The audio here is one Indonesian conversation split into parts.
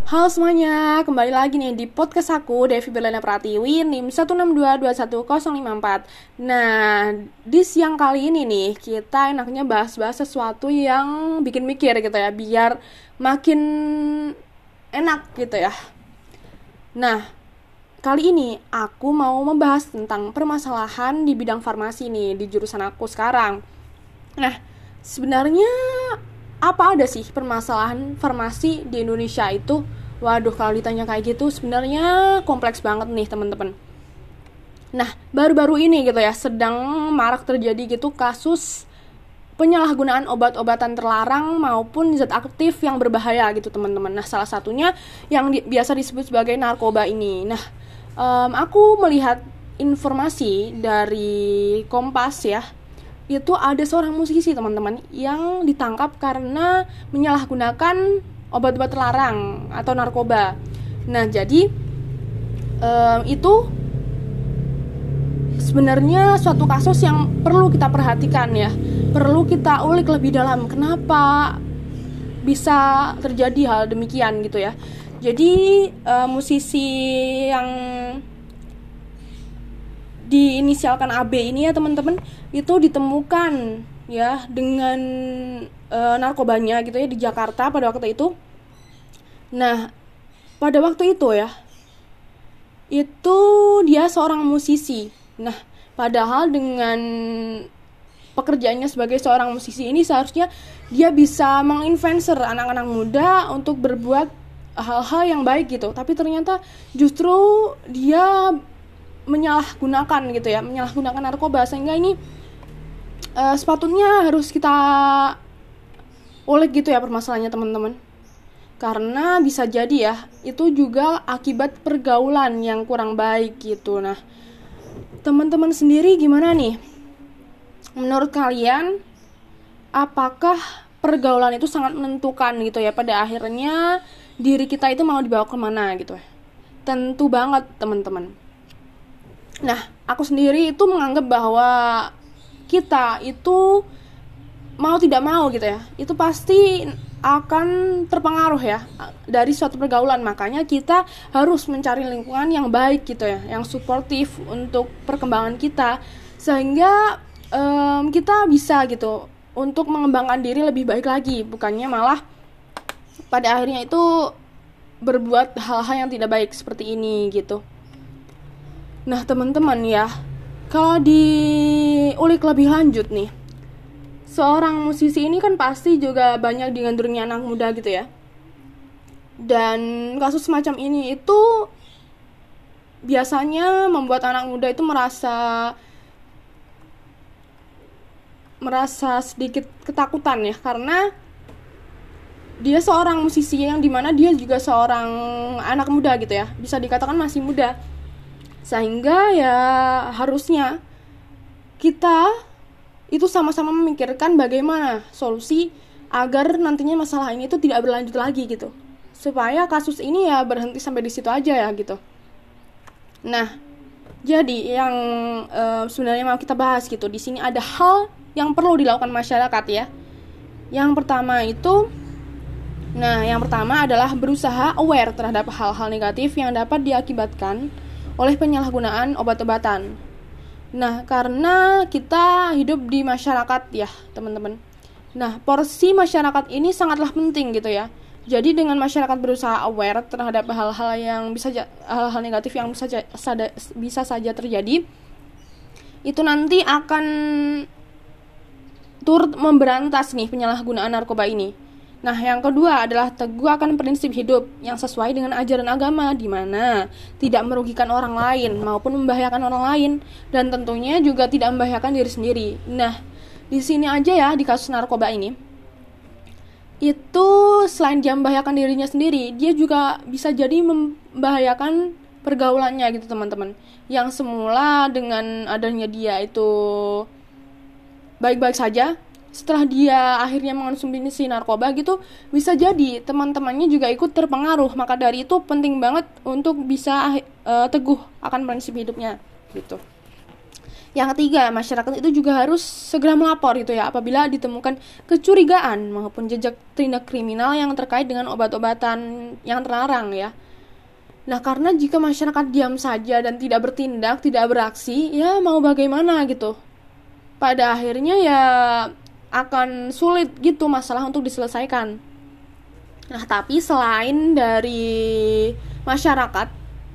Halo semuanya, kembali lagi nih di podcast aku, Devi Berlana Pratiwi, NIM 162211054. Nah, di siang kali ini nih, kita enaknya bahas-bahas sesuatu yang bikin mikir gitu ya, biar makin enak gitu ya. Nah, kali ini aku mau membahas tentang permasalahan di bidang farmasi nih, di jurusan aku sekarang. Nah, sebenarnya apa ada sih permasalahan farmasi di Indonesia itu? Waduh, kalau ditanya kayak gitu sebenarnya kompleks banget nih teman-teman. Nah, baru-baru ini gitu ya, sedang marak terjadi gitu kasus penyalahgunaan obat-obatan terlarang maupun zat aktif yang berbahaya gitu teman-teman. Nah, salah satunya yang biasa disebut sebagai narkoba ini. Nah, aku melihat informasi dari Kompas ya, itu ada seorang musisi teman-teman yang ditangkap karena menyalahgunakan obat-obat terlarang atau narkoba. Nah, jadi itu sebenarnya suatu kasus yang perlu kita perhatikan ya, perlu kita ulik lebih dalam kenapa bisa terjadi hal demikian gitu ya. Jadi musisi yang diinisialkan AB ini ya teman-teman, itu ditemukan ya dengan narkobanya gitu ya di Jakarta pada waktu itu. Nah, pada waktu itu ya, itu dia seorang musisi. Nah, padahal dengan pekerjaannya sebagai seorang musisi ini seharusnya dia bisa menginfluencer anak-anak muda untuk berbuat hal-hal yang baik gitu. Tapi ternyata justru dia menyalahgunakan gitu ya, menyalahgunakan narkoba, sehingga ini sepatutnya harus kita ulik gitu ya permasalahannya teman-teman, karena bisa jadi ya itu juga akibat pergaulan yang kurang baik gitu. Nah, teman-teman sendiri gimana nih, menurut kalian apakah pergaulan itu sangat menentukan gitu ya pada akhirnya diri kita itu mau dibawa kemana gitu ya? Tentu banget teman-teman. Nah, aku sendiri itu menganggap bahwa kita itu mau tidak mau gitu ya, itu pasti akan terpengaruh ya dari suatu pergaulan. Makanya kita harus mencari lingkungan yang baik gitu ya, yang suportif untuk perkembangan kita, sehingga kita bisa gitu untuk mengembangkan diri lebih baik lagi, bukannya malah pada akhirnya itu berbuat hal-hal yang tidak baik seperti ini gitu. Nah teman-teman ya, kalau diulik lebih lanjut nih, seorang musisi ini kan pasti juga banyak digandrungi anak muda gitu ya. Dan kasus semacam ini itu biasanya membuat anak muda itu merasa sedikit ketakutan ya, karena dia seorang musisi yang dimana dia juga seorang anak muda gitu ya, bisa dikatakan masih muda. Sehingga ya harusnya kita itu sama-sama memikirkan bagaimana solusi agar nantinya masalah ini itu tidak berlanjut lagi gitu, supaya kasus ini ya berhenti sampai di situ aja ya gitu. Nah, jadi yang sebenarnya mau kita bahas gitu di sini, ada hal yang perlu dilakukan masyarakat ya. Yang pertama adalah berusaha aware terhadap hal-hal negatif yang dapat diakibatkan oleh penyalahgunaan obat-obatan. Nah, karena kita hidup di masyarakat ya, teman-teman. Nah, porsi masyarakat ini sangatlah penting gitu ya. Jadi dengan masyarakat berusaha aware terhadap hal-hal negatif yang bisa saja terjadi, itu nanti akan turut memberantas nih penyalahgunaan narkoba ini. Nah, yang kedua adalah teguh akan prinsip hidup yang sesuai dengan ajaran agama, di mana tidak merugikan orang lain maupun membahayakan orang lain, dan tentunya juga tidak membahayakan diri sendiri. Nah, di sini aja ya, di kasus narkoba ini, itu selain dia membahayakan dirinya sendiri, dia juga bisa jadi membahayakan pergaulannya gitu teman-teman. Yang semula dengan adanya dia itu baik-baik saja, setelah dia akhirnya mengonsumsi narkoba gitu, bisa jadi teman-temannya juga ikut terpengaruh. Maka dari itu penting banget untuk bisa teguh akan prinsip hidupnya gitu. Yang ketiga, masyarakat itu juga harus segera melapor gitu ya apabila ditemukan kecurigaan maupun jejak tindak kriminal yang terkait dengan obat-obatan yang terlarang ya. Nah, karena jika masyarakat diam saja dan tidak bertindak, tidak beraksi, ya mau bagaimana gitu. Pada akhirnya ya akan sulit gitu masalah untuk diselesaikan. Nah, tapi selain dari masyarakat,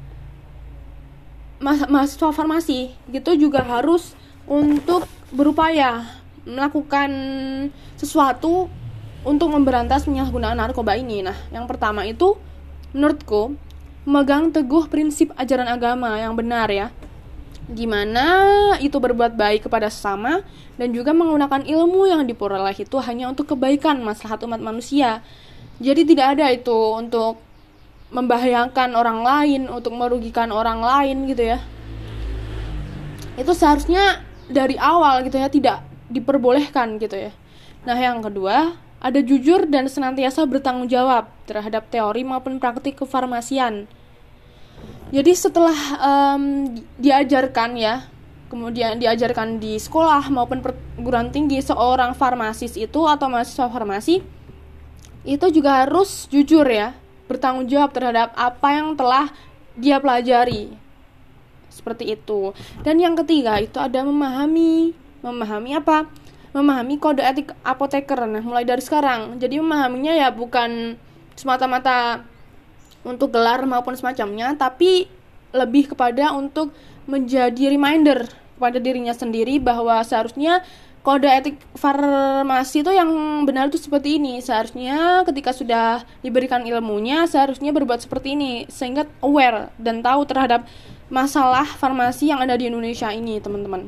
mahasiswa farmasi gitu juga harus untuk berupaya melakukan sesuatu untuk memberantas penyalahgunaan narkoba ini. Nah, yang pertama itu menurutku memegang teguh prinsip ajaran agama yang benar ya, gimana itu berbuat baik kepada sesama dan juga menggunakan ilmu yang diperoleh itu hanya untuk kebaikan maslahat umat manusia. Jadi tidak ada itu untuk membahayakan orang lain, untuk merugikan orang lain gitu ya. Itu seharusnya dari awal gitu ya, tidak diperbolehkan gitu ya. Nah, yang kedua, ada jujur dan senantiasa bertanggung jawab terhadap teori maupun praktik kefarmasian. Jadi setelah diajarkan ya, kemudian diajarkan di sekolah maupun perguruan tinggi, seorang farmasis itu atau mahasiswa farmasi itu juga harus jujur ya, bertanggung jawab terhadap apa yang telah dia pelajari. Seperti itu. Dan yang ketiga itu ada memahami apa? Memahami kode etik apoteker. Nah, mulai dari sekarang. Jadi memahaminya ya bukan semata-mata untuk gelar maupun semacamnya, tapi lebih kepada untuk menjadi reminder kepada dirinya sendiri bahwa seharusnya kode etik farmasi itu yang benar itu seperti ini. Seharusnya ketika sudah diberikan ilmunya, seharusnya berbuat seperti ini. Sehingga aware dan tahu terhadap masalah farmasi yang ada di Indonesia ini, teman-teman.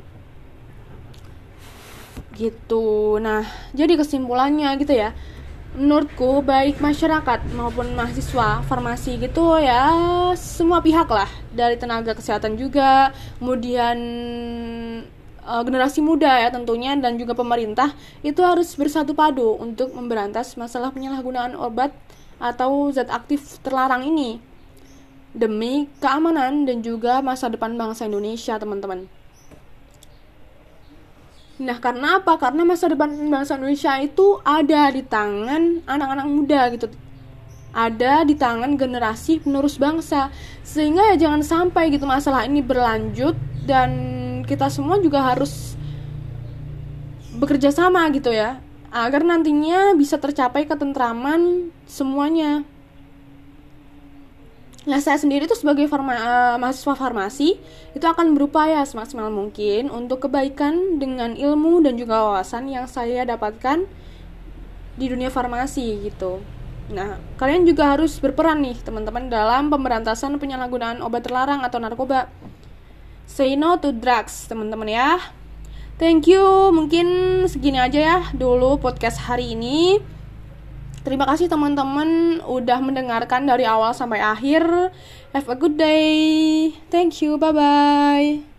Gitu. Nah, jadi kesimpulannya gitu ya. Menurutku baik masyarakat maupun mahasiswa farmasi gitu ya, semua pihak lah, dari tenaga kesehatan juga, kemudian generasi muda ya tentunya, dan juga pemerintah itu harus bersatu padu untuk memberantas masalah penyalahgunaan obat atau zat aktif terlarang ini demi keamanan dan juga masa depan bangsa Indonesia, teman-teman. Nah, karena apa? Karena masa depan bangsa Indonesia itu ada di tangan anak-anak muda gitu. Ada di tangan generasi penerus bangsa. Sehingga ya jangan sampai gitu masalah ini berlanjut, dan kita semua juga harus bekerja sama gitu ya, agar nantinya bisa tercapai ketentraman semuanya. Nah, saya sendiri tuh sebagai mahasiswa farmasi itu akan berupaya semaksimal mungkin untuk kebaikan dengan ilmu dan juga wawasan yang saya dapatkan di dunia farmasi gitu. Nah, kalian juga harus berperan nih teman-teman dalam pemberantasan penyalahgunaan obat terlarang atau narkoba. Say no to drugs, teman-teman ya. Thank you, mungkin segini aja ya dulu podcast hari ini. Terima kasih teman-teman udah mendengarkan dari awal sampai akhir. Have a good day. Thank you, bye-bye.